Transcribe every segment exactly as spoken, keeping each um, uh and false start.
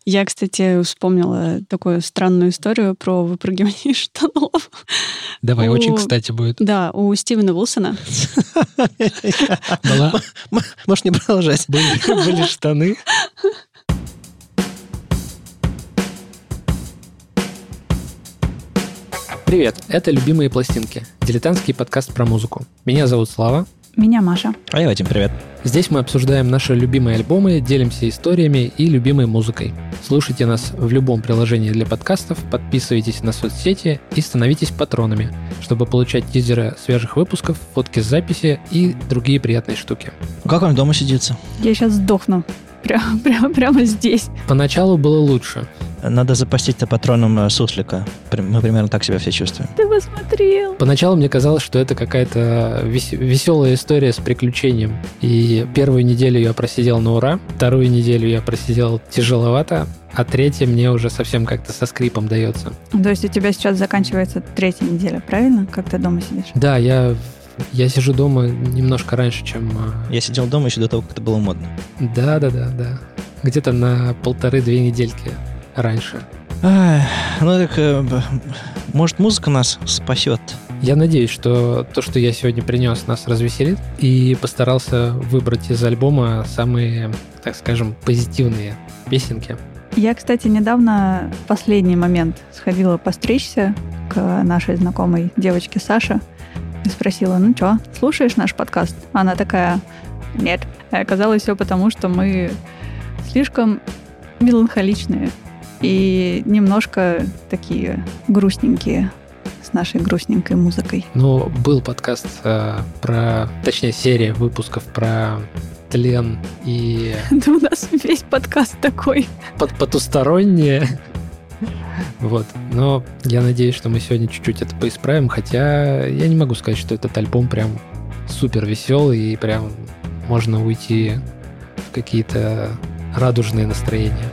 Я, кстати, вспомнила такую странную историю про выпрыгивание из штанов. Давай, У- очень кстати будет. Да, у Стивена Уилсона. Была- Можешь не продолжать. Были были штаны. Привет, это «Любимые пластинки», дилетантский подкаст про музыку. Меня зовут Слава. Меня Маша. А я Вадим, привет. Здесь мы обсуждаем наши любимые альбомы, делимся историями и любимой музыкой. Слушайте нас в любом приложении для подкастов, подписывайтесь на соцсети и становитесь патронами, чтобы получать тизеры свежих выпусков, фотки с записи и другие приятные штуки. Как вам дома сидится? Я сейчас сдохну. Прямо, прямо, прямо здесь. Поначалу было лучше. Надо запастись-то патроном э, суслика. При- Мы примерно так себя все чувствуем. Ты посмотрел. Поначалу мне казалось, что это какая-то вес- веселая история с приключением. И первую неделю я просидел на ура, вторую неделю я просидел тяжеловато, а третья мне уже совсем как-то со скрипом дается. То есть у тебя сейчас заканчивается третья неделя, правильно? Как ты дома сидишь? Да, я, я сижу дома немножко раньше, чем... а, Я сидел дома еще до того, как это было модно. Да-да-да, да. Где-то на полторы-две недельки раньше. Ай, ну так, э, б- может, музыка нас спасет? Я надеюсь, что то, что я сегодня принес, нас развеселит, и постарался выбрать из альбома самые, так скажем, позитивные песенки. Я, кстати, недавно, в последний момент, сходила постричься к нашей знакомой девочке Саше и спросила, ну что, слушаешь наш подкаст? Она такая, нет. И оказалось все потому, что мы слишком меланхоличные и немножко такие грустненькие с нашей грустненькой музыкой. Ну, был подкаст э, про, точнее, серия выпусков про тлен и Да у нас весь подкаст такой. под- потустороннее. Вот. Но я надеюсь, что мы сегодня чуть-чуть это поисправим, хотя я не могу сказать, что этот альбом прям супер веселый и прям можно уйти в какие-то радужные настроения.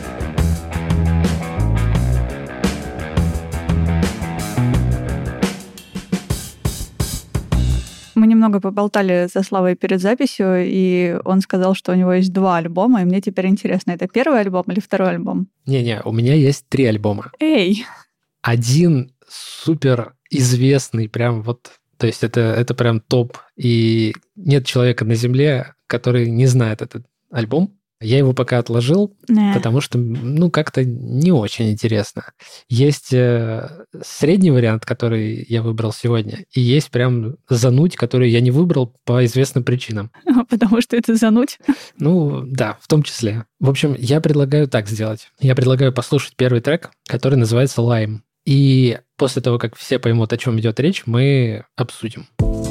Мы немного поболтали со Славой перед записью, и он сказал, что у него есть два альбома, и мне теперь интересно, это первый альбом или второй альбом? Не-не, у меня есть три альбома. Эй! Один супер известный, прям вот, то есть это, это прям топ, и нет человека на Земле, который не знает этот альбом. Я его пока отложил, Не. потому что, ну, как-то не очень интересно. Есть э, средний вариант, который я выбрал сегодня, и есть прям зануть, который я не выбрал по известным причинам. Потому что это зануть. Ну, да, в том числе. В общем, я предлагаю так сделать. Я предлагаю послушать первый трек, который называется «Lime». И после того, как все поймут, о чем идет речь, мы обсудим.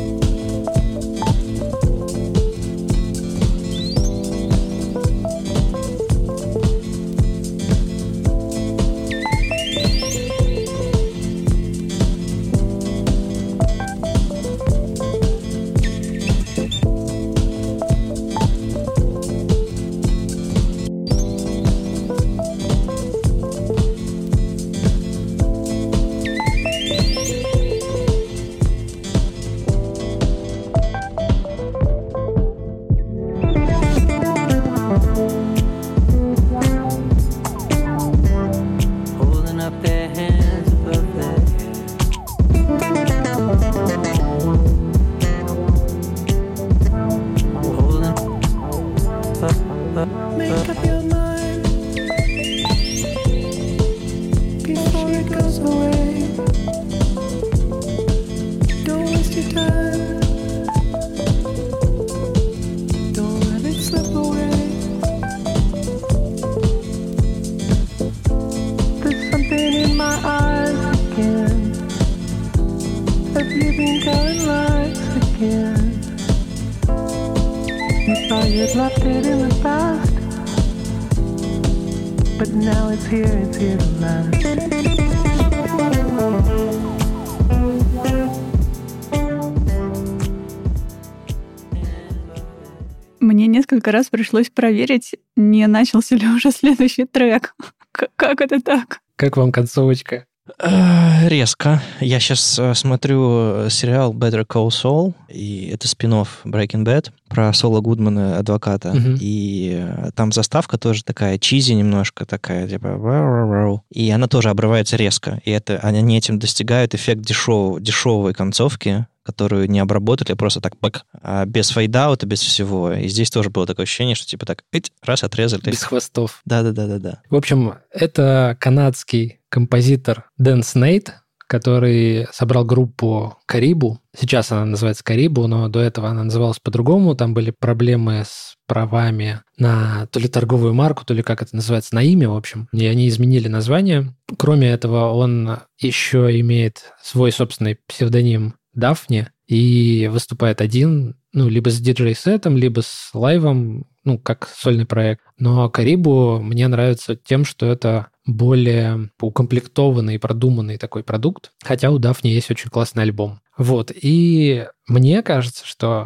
Holding up their hands above their holding up, up, Make up your mind before it goes away. Don't waste your time. Don't let it slip away. There's something in my eyes again. Have you been telling lies again? You thought you'd left it in the past, but now it's here, it's here to last. Мне несколько раз пришлось проверить, не начался ли уже следующий трек. К- Как это так? Как вам концовочка? Э, Резко. Я сейчас смотрю сериал Better Call Saul, и это спин-офф Breaking Bad про Сола Гудмана, адвоката. Мгм. И э, там заставка тоже такая чизи немножко, такая, типа... «вау-вау-вау». И она тоже обрывается резко. И это, они этим достигают эффект дешев, дешевой концовки, которую не обработали, просто так бак, а без фейдаута, без всего. И здесь тоже было такое ощущение, что типа так, эть, раз, отрезали. Без хвостов. Да-да-да-да-да. В общем, это канадский композитор Дэн Снейд, который собрал группу Карибу. Сейчас она называется Карибу, но до этого она называлась по-другому. Там были проблемы с правами на то ли торговую марку, то ли как это называется, на имя, в общем. И они изменили название. Кроме этого, он еще имеет свой собственный псевдоним Дафни и выступает один, ну, либо с диджей-сетом, либо с лайвом, ну, как сольный проект. Но Карибу мне нравится тем, что это более укомплектованный и продуманный такой продукт, хотя у Дафни есть очень классный альбом. Вот, и мне кажется, что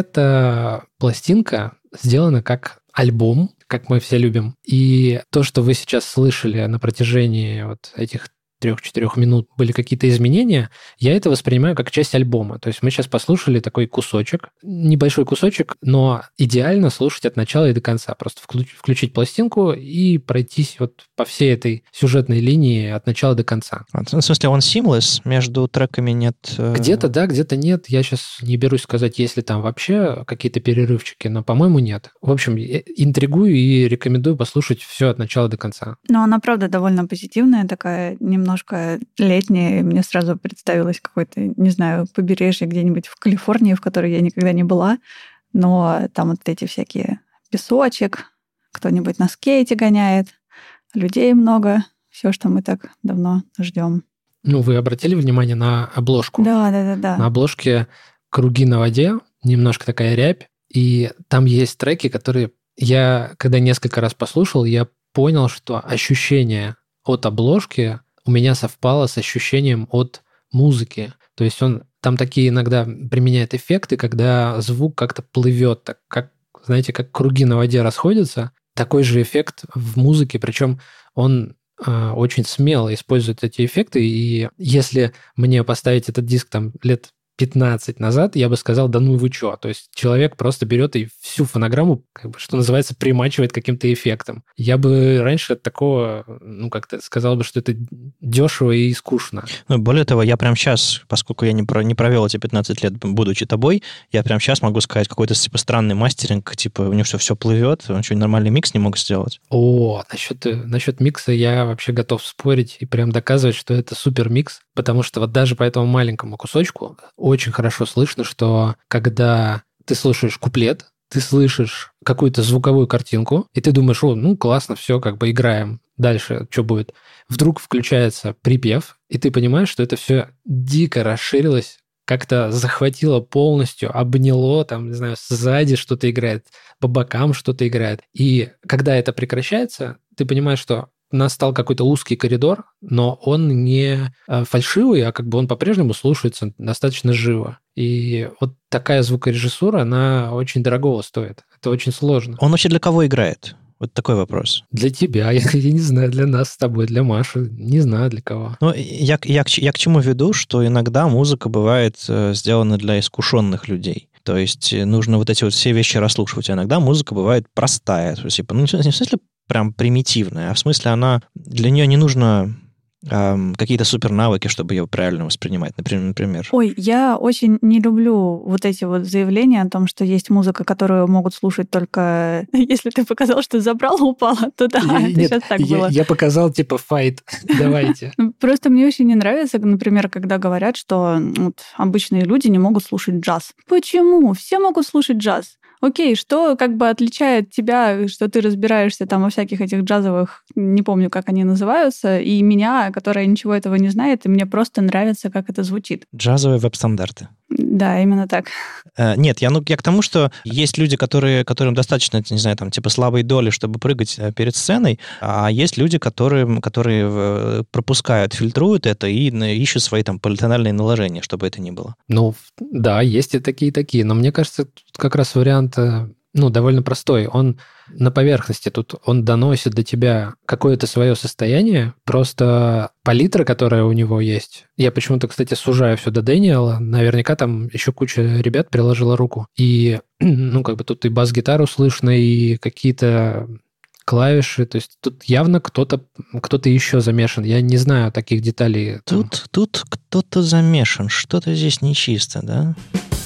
эта пластинка сделана как альбом, как мы все любим. И то, что вы сейчас слышали на протяжении вот этих трех-четырех минут были какие-то изменения, я это воспринимаю как часть альбома. То есть мы сейчас послушали такой кусочек, небольшой кусочек, но идеально слушать от начала и до конца. Просто включ- включить пластинку и пройтись вот по всей этой сюжетной линии от начала до конца. Вот, в смысле, он seamless, между треками нет... э, Где-то да, где-то нет. Я сейчас не берусь сказать, есть ли там вообще какие-то перерывчики, но, по-моему, нет. В общем, э, интригую и рекомендую послушать все от начала до конца. Но она, правда, довольно позитивная, такая немножко летняя. И мне сразу представилось какое-то, не знаю, побережье где-нибудь в Калифорнии, в которой я никогда не была. Но там вот эти всякие песочек, кто-нибудь на скейте гоняет, людей много. Все, что мы так давно ждем. Ну, вы обратили внимание на обложку? Да, да, да, да. На обложке круги на воде, немножко такая рябь, и там есть треки, которые я, когда несколько раз послушал, я понял, что ощущение от обложки у меня совпало с ощущением от музыки. То есть он там такие иногда применяет эффекты, когда звук как-то плывет, так как, знаете, как круги на воде расходятся. Такой же эффект в музыке, причем он э, очень смело использует эти эффекты. И если мне поставить этот диск там лет пятнадцать назад, я бы сказал, да ну вы чё? То есть человек просто берет и всю фонограмму, как бы, что называется, примачивает каким-то эффектом. Я бы раньше от такого, ну, как-то сказал бы, что это дешево и скучно. Ну, более того, я прямо сейчас, поскольку я не, про, не провел эти пятнадцать лет, будучи тобой, я прямо сейчас могу сказать, какой-то типа странный мастеринг, типа у него все, все плывет, он что, нормальный микс не мог сделать? О, насчет, насчет микса я вообще готов спорить и прям доказывать, что это супер микс, потому что вот даже по этому маленькому кусочку очень хорошо слышно, что когда ты слушаешь куплет, ты слышишь какую-то звуковую картинку, и ты думаешь, о, ну классно, все, как бы играем, дальше что будет? Вдруг включается припев, и ты понимаешь, что это все дико расширилось, как-то захватило полностью, обняло, там, не знаю, сзади что-то играет, по бокам что-то играет. И когда это прекращается, ты понимаешь, что настал какой-то узкий коридор, но он не фальшивый, а как бы он по-прежнему слушается достаточно живо. И вот такая звукорежиссура, она очень дорогого стоит. Это очень сложно. Он вообще для кого играет? Вот такой вопрос. Для тебя, я, я не знаю, для нас с тобой, для Маши, не знаю для кого. Ну, я, я, я к чему веду, что иногда музыка бывает сделана для искушенных людей. То есть нужно вот эти вот все вещи расслушивать. А иногда музыка бывает простая. То есть, типа, ну, не в смысле прям примитивная, а в смысле она... Для нее не нужно эм, какие-то супер навыки, чтобы ее правильно воспринимать, например. Ой, я очень не люблю вот эти вот заявления о том, что есть музыка, которую могут слушать только... Если ты показал, что забрала, упала, то да, это Нет, сейчас так я, было. Я показал, типа, файт, давайте. Просто мне очень не нравится, например, когда говорят, что вот, обычные люди не могут слушать джаз. Почему? Все могут слушать джаз. Окей, что как бы отличает тебя, что ты разбираешься там во всяких этих джазовых, не помню, как они называются, и меня, которая ничего этого не знает, и мне просто нравится, как это звучит. Джазовые веб-стандарты. Да, именно так. Uh, нет, я, ну, я к тому, что есть люди, которые, которым достаточно, не знаю, там, типа слабой доли, чтобы прыгать перед сценой, а есть люди, которые, которые пропускают, фильтруют это и ищут свои там политональные наложения, чтобы это ни было. Ну, да, есть и такие, и такие. Но мне кажется, тут как раз вариант ну, довольно простой. Он на поверхности тут, он доносит до тебя какое-то свое состояние, просто палитра, которая у него есть. Я почему-то, кстати, сужаю все до Дэниела. Наверняка там еще куча ребят приложила руку. И, ну, как бы тут и бас-гитару слышно, и какие-то клавиши. То есть тут явно кто-то, кто-то еще замешан. Я не знаю таких деталей. Тут, тут кто-то замешан, что-то здесь нечисто, да?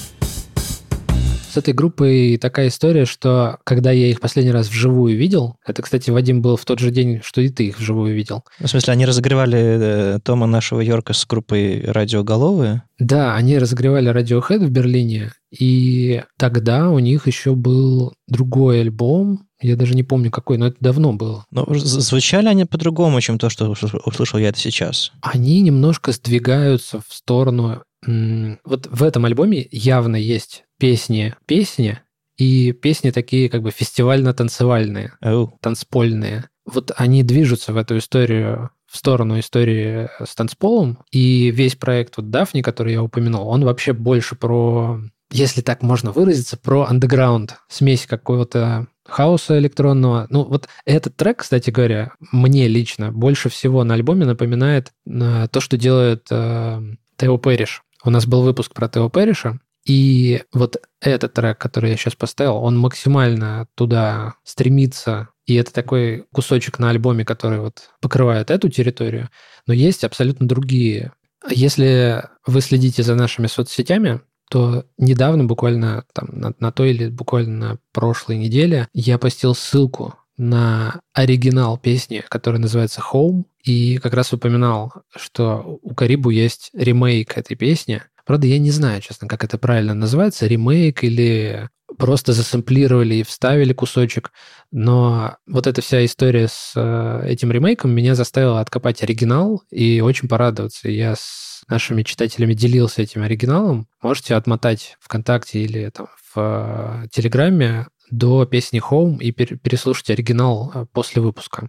С этой группой такая история, что когда я их последний раз вживую видел, это, кстати, Вадим, был в тот же день, что и ты их вживую видел. В смысле, они разогревали э, Тома нашего Йорка с группой «Радиоголовые»? Да, они разогревали Radiohead в Берлине, и тогда у них еще был другой альбом, я даже не помню какой, но это давно было. Но звучали они по-другому, чем то, что услышал я это сейчас. Они немножко сдвигаются в сторону... Вот в этом альбоме явно есть песни, песни и песни такие как бы фестивально-танцевальные, oh. танцпольные. Вот они движутся в эту историю, в сторону истории с танцполом, и весь проект вот Дафни, который я упомянул, он вообще больше про, если так можно выразиться, про андеграунд, смесь какого-то хаоса электронного. Ну, вот этот трек, кстати говоря, мне лично больше всего на альбоме напоминает то, что делает э, Тео Пэриш. У нас был выпуск про Тео Пэриша, и вот этот трек, который я сейчас поставил, он максимально туда стремится, и это такой кусочек на альбоме, который вот покрывает эту территорию, но есть абсолютно другие. Если вы следите за нашими соцсетями, то недавно, буквально там на, на той или буквально на прошлой неделе, я постил ссылку на оригинал песни, которая называется «Home», и как раз упоминал, что у Карибу есть ремейк этой песни. Правда, я не знаю, честно, как это правильно называется, ремейк или просто засэмплировали и вставили кусочек, но вот эта вся история с этим ремейком меня заставила откопать оригинал и очень порадоваться. Я с нашими читателями делился этим оригиналом. Можете отмотать ВКонтакте или там в Телеграме до песни «Home» и переслушать оригинал после выпуска.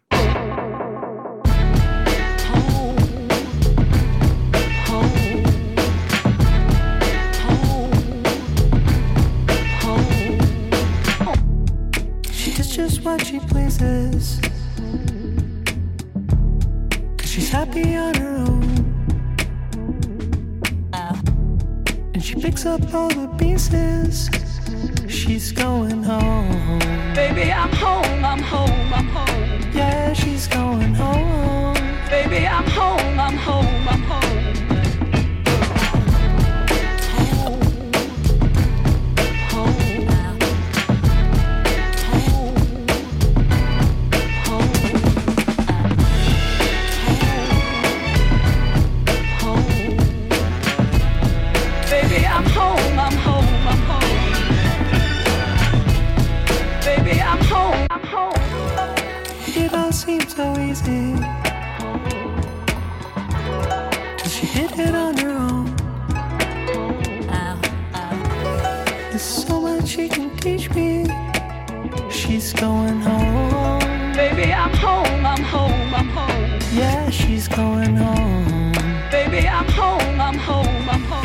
What she pleases, 'cause she's happy on her own, and she picks up all the pieces. She's going home. Baby, I'm home, I'm home, I'm home. Yeah, she's going home. Baby, I'm home, I'm home, I'm home. Seems so easy till she hit it on her own. There's so much she can teach me. She's going home. Baby, I'm home, I'm home, I'm home. Yeah, she's going home. Baby, I'm home, I'm home, I'm home.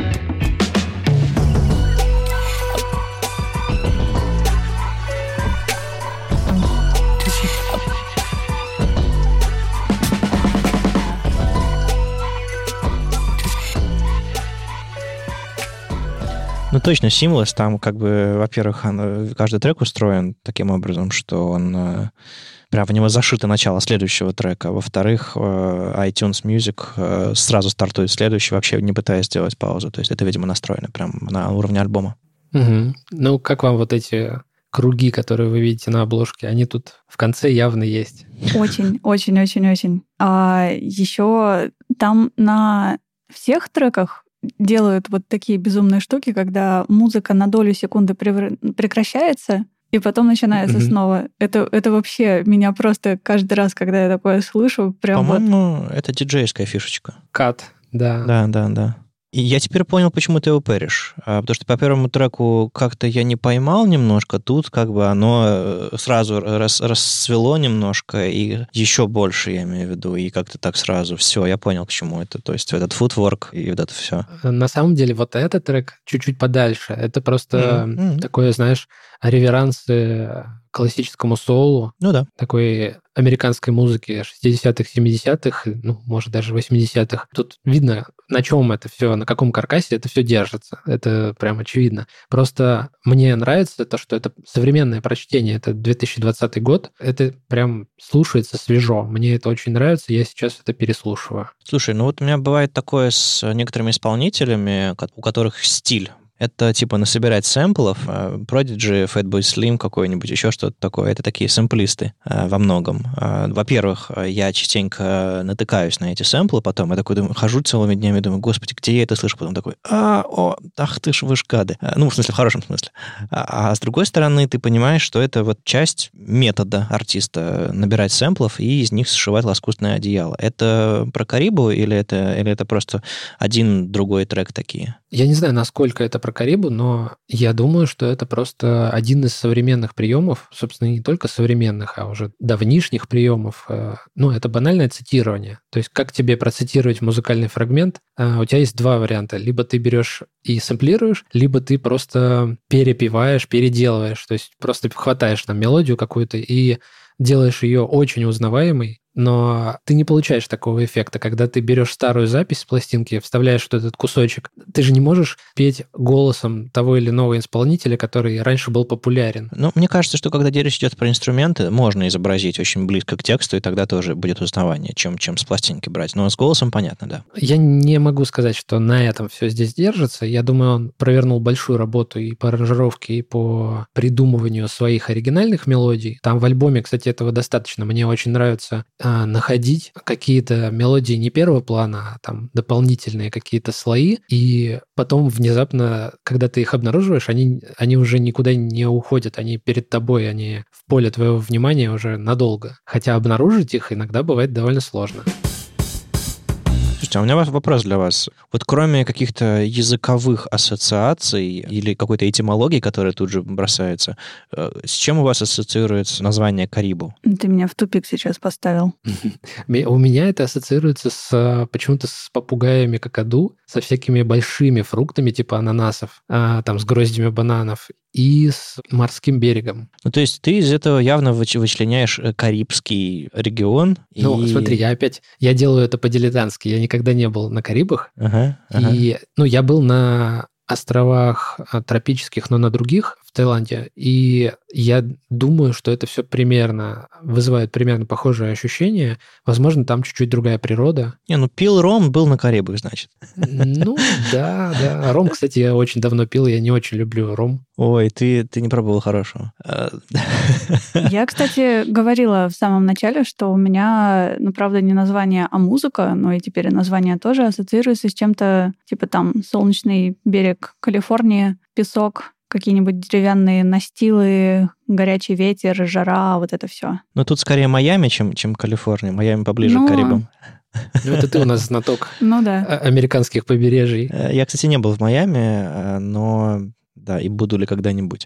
Ну, точно, Seamless, там как бы, во-первых, он, каждый трек устроен таким образом, что он прям в него зашито начало следующего трека. Во-вторых, iTunes Music сразу стартует следующий, вообще не пытаясь сделать паузу. То есть это, видимо, настроено прям на уровне альбома. Угу. Ну, как вам вот эти круги, которые вы видите на обложке, они тут в конце явно есть? Очень, очень, очень, очень. А еще там на всех треках делают вот такие безумные штуки, когда музыка на долю секунды прекращается, и потом начинается mm-hmm. снова. Это, это вообще меня просто каждый раз, когда я такое слышу, прям По-моему, вот... это диджейская фишечка. Кат, да. Да, да, да. И я теперь понял, почему ты его пэришь. А, потому что по первому треку как-то я не поймал немножко, тут как бы оно сразу рас, расцвело немножко, и еще больше, я имею в виду, и как-то так сразу. Все, я понял, к чему это. То есть этот футворк и вот это все. На самом деле вот этот трек чуть-чуть подальше. Это просто Mm-hmm. такое, знаешь, реверанс классическому соулу. Ну да. Такой американской музыки шестидесятых, семидесятых, ну, может, даже восьмидесятых. Тут видно, на чем это все, на каком каркасе это все держится. Это прям очевидно. Просто мне нравится то, что это современное прочтение. Это две тысячи двадцатый год. Это прям слушается свежо. Мне это очень нравится. Я сейчас это переслушиваю. Слушай, ну вот у меня бывает такое с некоторыми исполнителями, у которых стиль. Это типа насобирать сэмплов. Prodigy, Fatboy Slim какой-нибудь, еще что-то такое. Это такие сэмплисты во многом. Во-первых, я частенько натыкаюсь на эти сэмплы потом. Я такой думаю, хожу целыми днями, думаю, господи, где я это слышу? Потом такой, а, о, ах ты ж, вы ж гады. Ну, в смысле, в хорошем смысле. А, а с другой стороны, ты понимаешь, что это вот часть метода артиста набирать сэмплов и из них сшивать лоскутное одеяло. Это про Карибу или это, или это просто один другой трек такие? Я не знаю, насколько это про Карибу, но я думаю, что это просто один из современных приемов, собственно, не только современных, а уже давнишних приемов. Ну, это банальное цитирование. То есть, как тебе процитировать музыкальный фрагмент? У тебя есть два варианта. Либо ты берешь и сэмплируешь, либо ты просто перепеваешь, переделываешь. То есть, просто хватаешь там мелодию какую-то и делаешь ее очень узнаваемой, но ты не получаешь такого эффекта, когда ты берешь старую запись с пластинки, вставляешь вот этот кусочек. Ты же не можешь петь голосом того или иного исполнителя, который раньше был популярен. Ну, мне кажется, что когда речь идет про инструменты, можно изобразить очень близко к тексту, и тогда тоже будет узнавание, чем, чем с пластинки брать. Но с голосом понятно, да. Я не могу сказать, что на этом все здесь держится. Я думаю, он провернул большую работу и по аранжировке, и по придумыванию своих оригинальных мелодий. Там в альбоме, кстати, этого достаточно. Мне очень нравится находить какие-то мелодии не первого плана, а там дополнительные какие-то слои, и потом внезапно, когда ты их обнаруживаешь, они, они уже никуда не уходят, они перед тобой, они в поле твоего внимания уже надолго. Хотя обнаружить их иногда бывает довольно сложно. Слушайте, а у меня вопрос для вас. Вот кроме каких-то языковых ассоциаций или какой-то этимологии, которая тут же бросается, с чем у вас ассоциируется название Карибу? Ты меня в тупик сейчас поставил. У меня это ассоциируется с почему-то с попугаями какаду, со всякими большими фруктами типа ананасов, там с гроздями бананов и с морским берегом. Ну, то есть ты из этого явно вычленяешь Карибский регион. Ну, и... смотри, я опять, я делаю это по-дилетантски, я никогда не был на Карибах, ага, ага. и, ну, я был на островах тропических, но на других в Таиланде, и я думаю, что это все примерно вызывает примерно похожие ощущения. Возможно, там чуть-чуть другая природа. Не, ну пил ром, был на Карибах, значит. Ну, да, да. Ром, кстати, я очень давно пил, я не очень люблю ром. Ой, ты, ты не пробовал хорошего. Я, кстати, говорила в самом начале, что у меня, ну, правда, не название, а музыка, но и теперь название тоже ассоциируется с чем-то, типа там солнечный берег Калифорнии, песок, какие-нибудь деревянные настилы, горячий ветер, жара, вот это все. Ну, тут скорее Майами, чем, чем Калифорния. Майами поближе ну, к Карибам. Ну, это ты у нас знаток ну, да. американских побережий. Я, кстати, не был в Майами, но... Да, и буду ли когда-нибудь.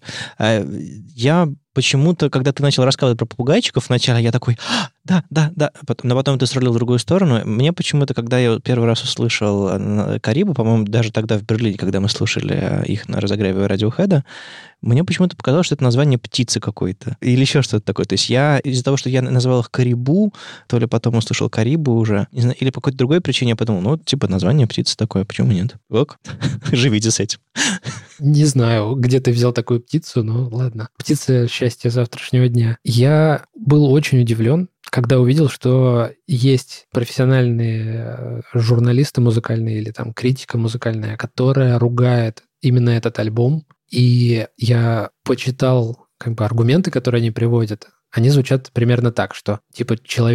Я почему-то, когда ты начал рассказывать про попугайчиков вначале, я такой, а, да, да, да, но потом ты срулил в другую сторону. Мне почему-то, когда я первый раз услышал Карибу, по-моему, даже тогда в Берлине, когда мы слушали их на разогреве Radiohead, мне почему-то показалось, что это название птицы какой-то. Или еще что-то такое. То есть я из-за того, что я назвал их Карибу, то ли потом услышал Карибу уже, не знаю, или по какой-то другой причине я подумал, ну, типа, название птицы такое, почему нет? Ок, живите с этим. Не знаю, где ты взял такую птицу, но ладно. Птица счастья завтрашнего дня. Я был очень удивлен, когда увидел, что есть профессиональные журналисты музыкальные или там критика музыкальная, которая ругает именно этот альбом. И я почитал как бы аргументы, которые они приводят. Они звучат примерно так, что типа человек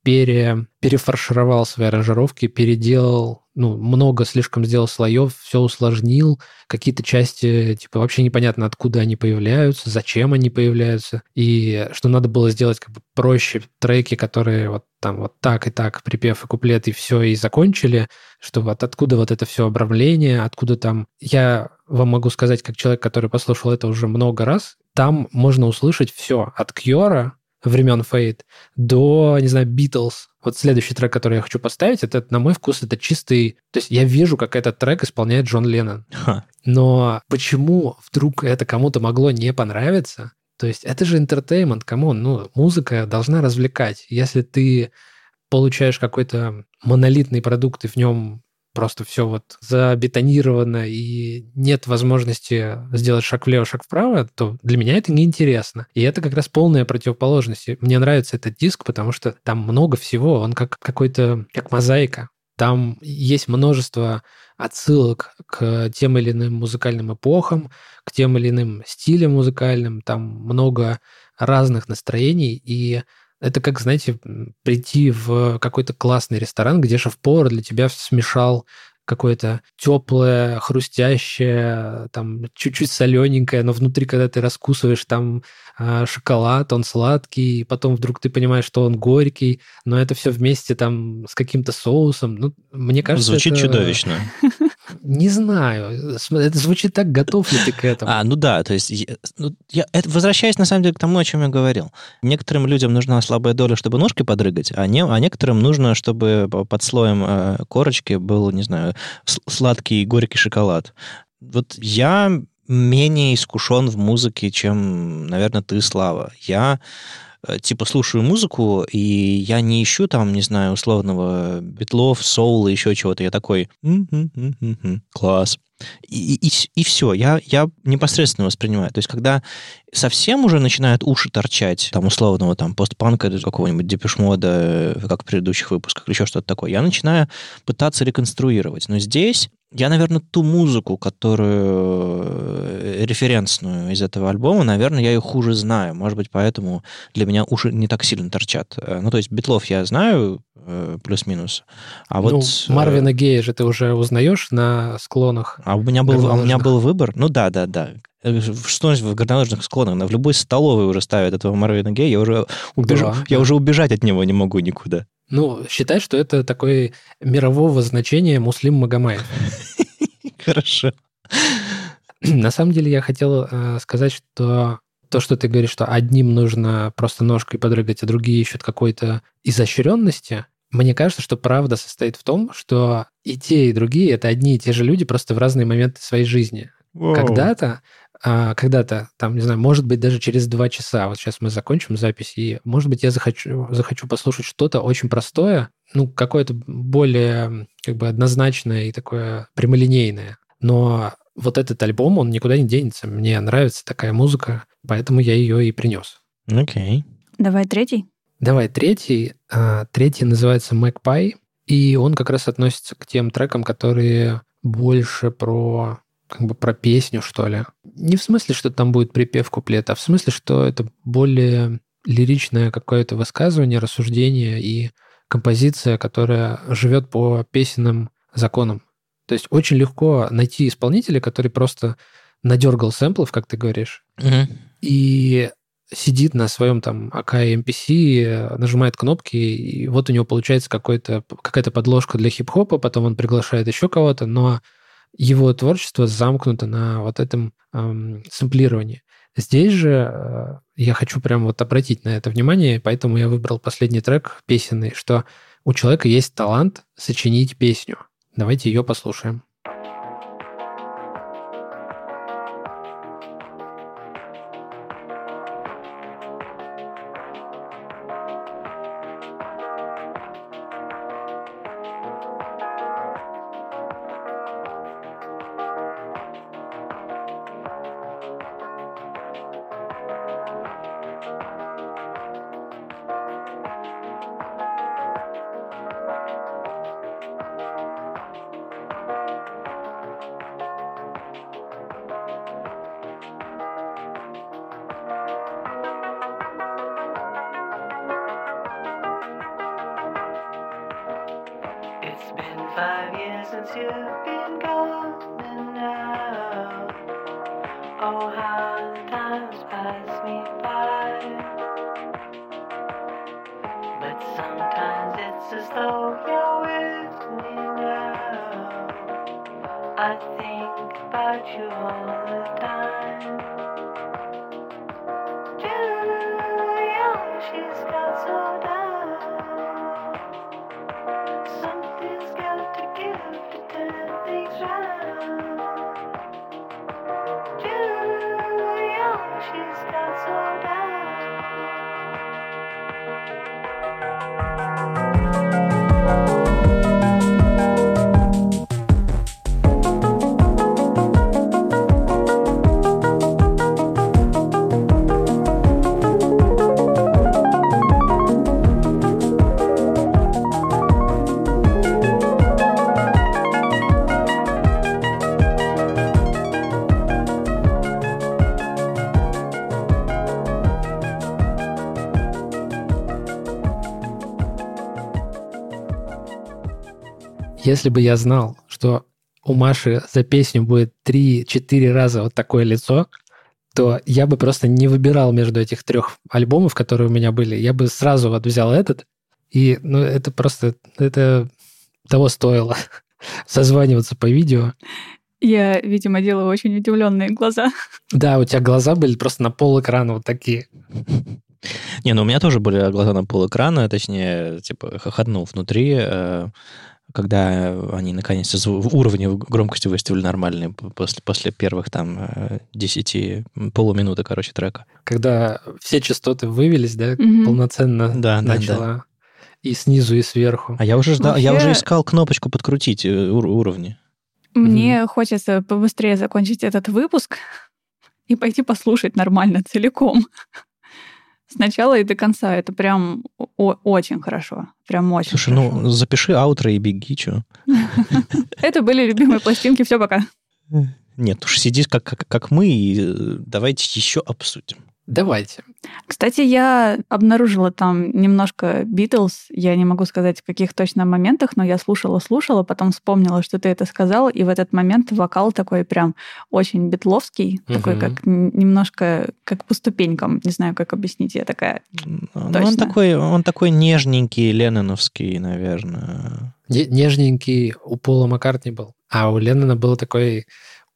пере, перефаршировал свои аранжировки, переделал, ну, много слишком сделал слоев, все усложнил, какие-то части, типа, вообще непонятно, откуда они появляются, зачем они появляются, и что надо было сделать как бы проще треки, которые вот там вот так и так, припев и куплет, и все, и закончили, что вот откуда вот это все обрамление, откуда там... Я вам могу сказать, как человек, который послушал это уже много раз, там можно услышать все от Кьора, времен Fade, до, не знаю, Beatles. Вот следующий трек, который я хочу поставить, это, на мой вкус, это чистый... То есть я вижу, как этот трек исполняет Джон Леннон. Ха. Но почему вдруг это кому-то могло не понравиться? То есть это же entertainment, камон, ну, музыка должна развлекать. Если ты получаешь какой-то монолитный продукт, и в нем просто все вот забетонировано, и нет возможности сделать шаг влево, шаг вправо, то для меня это неинтересно. И это как раз полная противоположность. Мне нравится этот диск, потому что там много всего, он как какой-то, как мозаика. Там есть множество отсылок к тем или иным музыкальным эпохам, к тем или иным стилям музыкальным, там много разных настроений, и это как, знаете, прийти в какой-то классный ресторан, где шеф-повар для тебя смешал какое-то теплое, хрустящее, там чуть-чуть солененькое, но внутри, когда ты раскусываешь, там э, шоколад, он сладкий, и потом вдруг ты понимаешь, что он горький, но это все вместе там с каким-то соусом. Ну, мне кажется, Звучит это... чудовищно. Не знаю. Это звучит так, готов ли ты к этому? А, ну да, то есть, ну, я, это, возвращаясь, на самом деле, к тому, о чем я говорил. Некоторым людям нужна слабая доля, чтобы ножкой подрыгать, а, не, а некоторым нужно, чтобы под слоем э, корочки был, не знаю, сладкий горький шоколад. Вот я менее искушен в музыке, чем, наверное, ты, Слава. Я типа слушаю музыку, и я не ищу там, не знаю, условного битлов, соула, еще чего-то. Я такой, м-м-м-м-м, класс. И, и, и все, я, я непосредственно воспринимаю. То есть, когда совсем уже начинают уши торчать, там, условного там, постпанка или какого-нибудь Депеш Мода, как в предыдущих выпусках, или еще что-то такое, я начинаю пытаться реконструировать. Но здесь я, наверное, ту музыку, которую референсную из этого альбома, наверное, я ее хуже знаю. Может быть, поэтому для меня уши не так сильно торчат. Ну, то есть, битлов я знаю плюс-минус. А ну, вот... Марвина Гея же ты уже узнаешь на склонах. А у меня был, а у меня был выбор. Ну да, да, да. Что в горнолыжных склонах? В любой столовой уже ставят этого Марвина Гея. Я уже, убеж... да, я да. уже убежать от него не могу никуда. Ну, считай, что это такое мирового значения Муслим Магомаев. Хорошо. На самом деле я хотел э, сказать, что то, что ты говоришь, что одним нужно просто ножкой подрыгать, а другие ищут какой-то изощренности, мне кажется, что правда состоит в том, что и те, и другие — это одни и те же люди, просто в разные моменты своей жизни. Wow. Когда-то, а, когда-то, там, не знаю, может быть, даже через два часа, вот сейчас мы закончим запись, и, может быть, я захочу, захочу послушать что-то очень простое, ну, какое-то более, как бы, однозначное и такое прямолинейное. Но вот этот альбом, он никуда не денется. Мне нравится такая музыка, поэтому я ее и принес. Окей. Okay. Давай третий. Давай третий. Третий называется Magpie, и он как раз относится к тем трекам, которые больше про, как бы про песню, что ли. Не в смысле, что там будет припев, куплет, а в смысле, что это более лиричное какое-то высказывание, рассуждение и композиция, которая живет по песенным законам. То есть очень легко найти исполнителя, который просто надергал сэмплов, как ты говоришь, uh-huh. и сидит на своем там эй кей эм пи си, нажимает кнопки, и вот у него получается какой-то, какая-то подложка для хип-хопа, потом он приглашает еще кого-то, но его творчество замкнуто на вот этом эм, сэмплировании. Здесь же э, я хочу прям вот обратить на это внимание, поэтому я выбрал последний трек песенный, что у человека есть талант сочинить песню. Давайте ее послушаем. five years since you've been gone, and now, oh, how the times pass me by. But sometimes it's as though you're with me now. I think about you all the time. Julia, she's got so down. Something's got to give to turn things round. Julia, she's got so down. Если бы я знал, что у Маши за песню будет три-четыре раза вот такое лицо, то я бы просто не выбирал между этих трех альбомов, которые у меня были. Я бы сразу вот взял этот, и ну, это просто это того стоило. Созваниваться по видео. Я, видимо, делаю очень удивленные глаза. Да, у тебя глаза были просто на пол экрана вот такие. Не, ну у меня тоже были глаза на пол экрана, точнее, типа, хохотнул внутри, когда они, наконец, уровни громкости выставили нормальные после, после первых там десяти полуминуты, короче, трека. Когда все частоты вывелись, да, Мгм. полноценно Да, да, начала да. и снизу, и сверху. А я уже ждал, я Вообще- уже искал кнопочку подкрутить э, ур- уровни. Мне хочется побыстрее закончить этот выпуск и пойти послушать нормально целиком. Сначала и до конца. Это прям о- очень хорошо. Прям очень Слушай, хорошо. ну запиши аутро и беги, что? Это были любимые пластинки. Все, пока. Нет, уж сиди как, как, как мы, и э, давайте еще обсудим. Давайте. Кстати, я обнаружила там немножко Битлз. Я не могу сказать, в каких точно моментах, но я слушала-слушала, потом вспомнила, что ты это сказал, и в этот момент вокал такой прям очень битловский, такой Мгм. как н- немножко как по ступенькам. Не знаю, как объяснить. Я такая... Ну, он Точно. такой, он такой нежненький, ленноновский, наверное. Не- Нежненький у Пола Маккартни был, а у Леннона был такой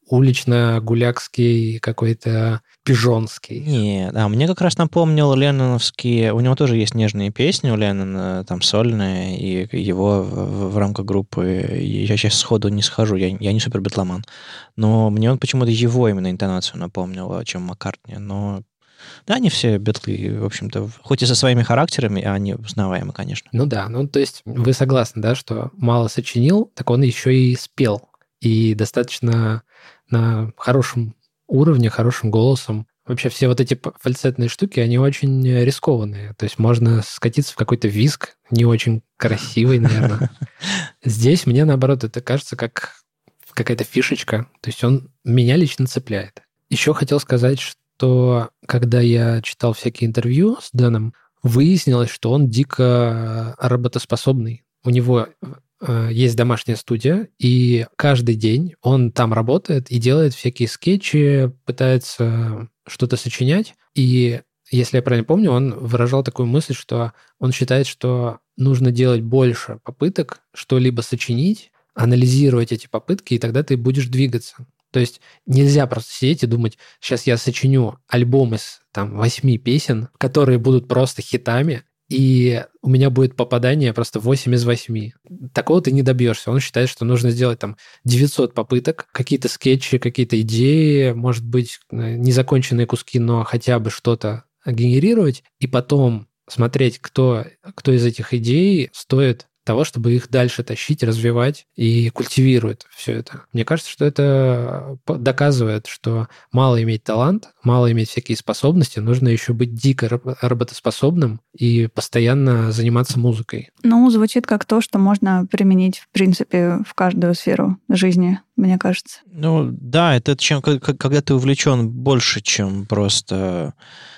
улично-гулякский, какой-то пижонский. Нет, а мне как раз напомнил ленноновские... У него тоже есть нежные песни у Леннона, там сольные, и его в, в рамках группы... Я сейчас сходу не схожу, я, я не супер битломан. Но мне он почему-то его именно интонацию напомнил, чем Маккартни. Но да, они все битлы, в общем-то, хоть и со своими характерами, а они узнаваемы, конечно. Ну да, ну то есть вы согласны, да, что мало сочинил, так он еще и спел. И достаточно на хорошем уровне, хорошим голосом. Вообще все вот эти п- фальцетные штуки, они очень рискованные. То есть можно скатиться в какой-то визг, не очень красивый, наверное. Здесь мне, наоборот, это кажется как какая-то фишечка. То есть он меня лично цепляет. Еще хотел сказать, что когда я читал всякие интервью с Дэном, выяснилось, что он дико работоспособный. У него э, есть домашняя студия, и каждый день он там работает и делает всякие скетчи, пытается что-то сочинять. И если я правильно помню, он выражал такую мысль, что он считает, что нужно делать больше попыток что-либо сочинить, анализировать эти попытки, и тогда ты будешь двигаться. То есть нельзя просто сидеть и думать, сейчас я сочиню альбом из там, восьми песен, которые будут просто хитами, и у меня будет попадание просто восемь из восьми. Такого ты не добьешься. Он считает, что нужно сделать там девятьсот попыток, какие-то скетчи, какие-то идеи, может быть, незаконченные куски, но хотя бы что-то генерировать, и потом смотреть, кто, кто из этих идей стоит того, чтобы их дальше тащить, развивать и культивирует все это. Мне кажется, что это доказывает, что мало иметь талант, мало иметь всякие способности, нужно еще быть дико работоспособным и постоянно заниматься музыкой. Ну, звучит как то, что можно применить, в принципе, в каждую сферу жизни, мне кажется. Ну, да, это чем, когда ты увлечен больше, чем просто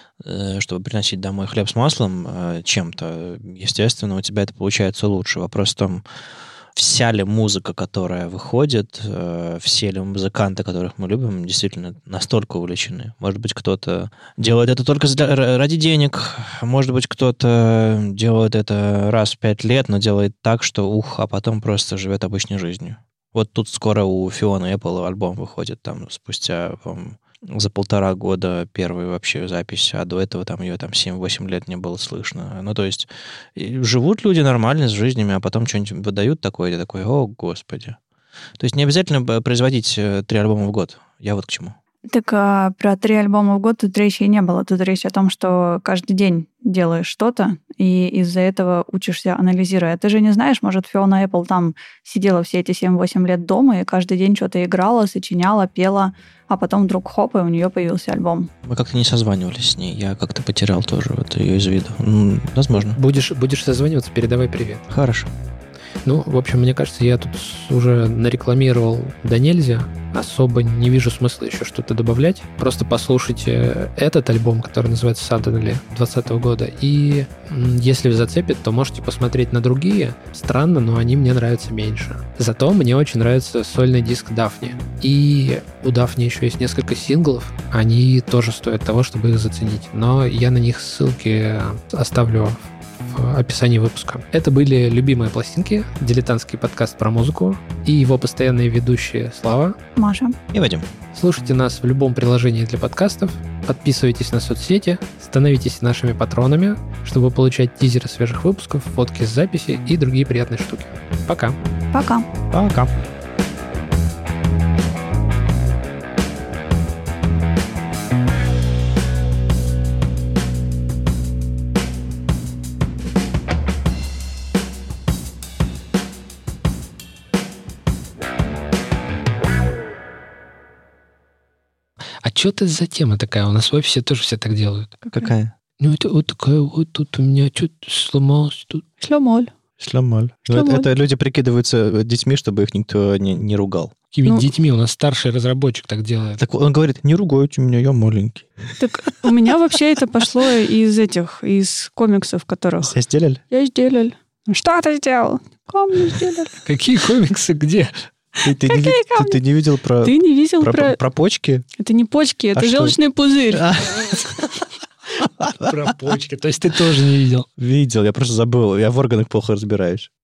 чтобы приносить домой хлеб с маслом чем-то, естественно, у тебя это получается лучше. Вопрос в том, вся ли музыка, которая выходит, э, все ли музыканты, которых мы любим, действительно настолько увлечены. Может быть, кто-то делает это только для, ради денег, может быть, кто-то делает это раз в пять лет, но делает так, что ух, а потом просто живет обычной жизнью. Вот тут скоро у Фионы Apple альбом выходит, там, спустя, по-моему, за полтора года первую вообще запись, а до этого там ее там семь-восемь лет не было слышно. Ну, то есть живут люди нормально с жизнями, а потом что-нибудь выдают такое, и такой, о, господи. То есть не обязательно производить три альбома в год. Я вот к чему. Так а, про три альбома в год тут речи и не было. Тут речь о том, что каждый день делаешь что-то, и из-за этого учишься, анализируя. Ты же не знаешь, может, Фиона Apple там сидела все эти семь-восемь лет дома и каждый день что-то играла, сочиняла, пела, а потом вдруг хоп, и у нее появился альбом. Мы как-то не созванивались с ней. Я как-то потерял тоже вот ее из виду. Ну, возможно. Будешь, будешь созваниваться, передавай привет. Хорошо. Ну, в общем, мне кажется, я тут уже нарекламировал да нельзя. Особо не вижу смысла еще что-то добавлять. Просто послушайте этот альбом, который называется Suddenly двадцатого года. И если зацепит, то можете посмотреть на другие. Странно, но они мне нравятся меньше. Зато мне очень нравится сольный диск Дафни. И у Дафни еще есть несколько синглов. Они тоже стоят того, чтобы их заценить. Но я на них ссылки оставлю в описании выпуска. Это были «Любимые пластинки», дилетантский подкаст про музыку, и его постоянные ведущие Слава, Маша и Вадим. Слушайте нас в любом приложении для подкастов, подписывайтесь на соцсети, становитесь нашими патронами, чтобы получать тизеры свежих выпусков, фотки с записи и другие приятные штуки. Пока. Пока. Пока. А что это за тема такая? У нас в офисе тоже все так делают. Какая? Ну, это вот такая вот тут у меня что-то сломалось тут. Шлемоль. Шлемоль. Это, это люди прикидываются детьми, чтобы их никто не, не ругал. Какими Ну, детьми? У нас старший разработчик так делает. Так он говорит, не ругайте меня, я маленький. Так у меня вообще это пошло из этих, из комиксов, которых... Все сделали? Я сделал. Что ты сделал? Камни сделал. Какие комиксы? Где? Ты, ты, не, ви- ты, ты не видел про, Ты не видел про, про... про почки? Это не почки, это А что? желчный пузырь. А, Про почки. То есть ты тоже не видел. видел, я просто забыл. Я в органах плохо разбираюсь.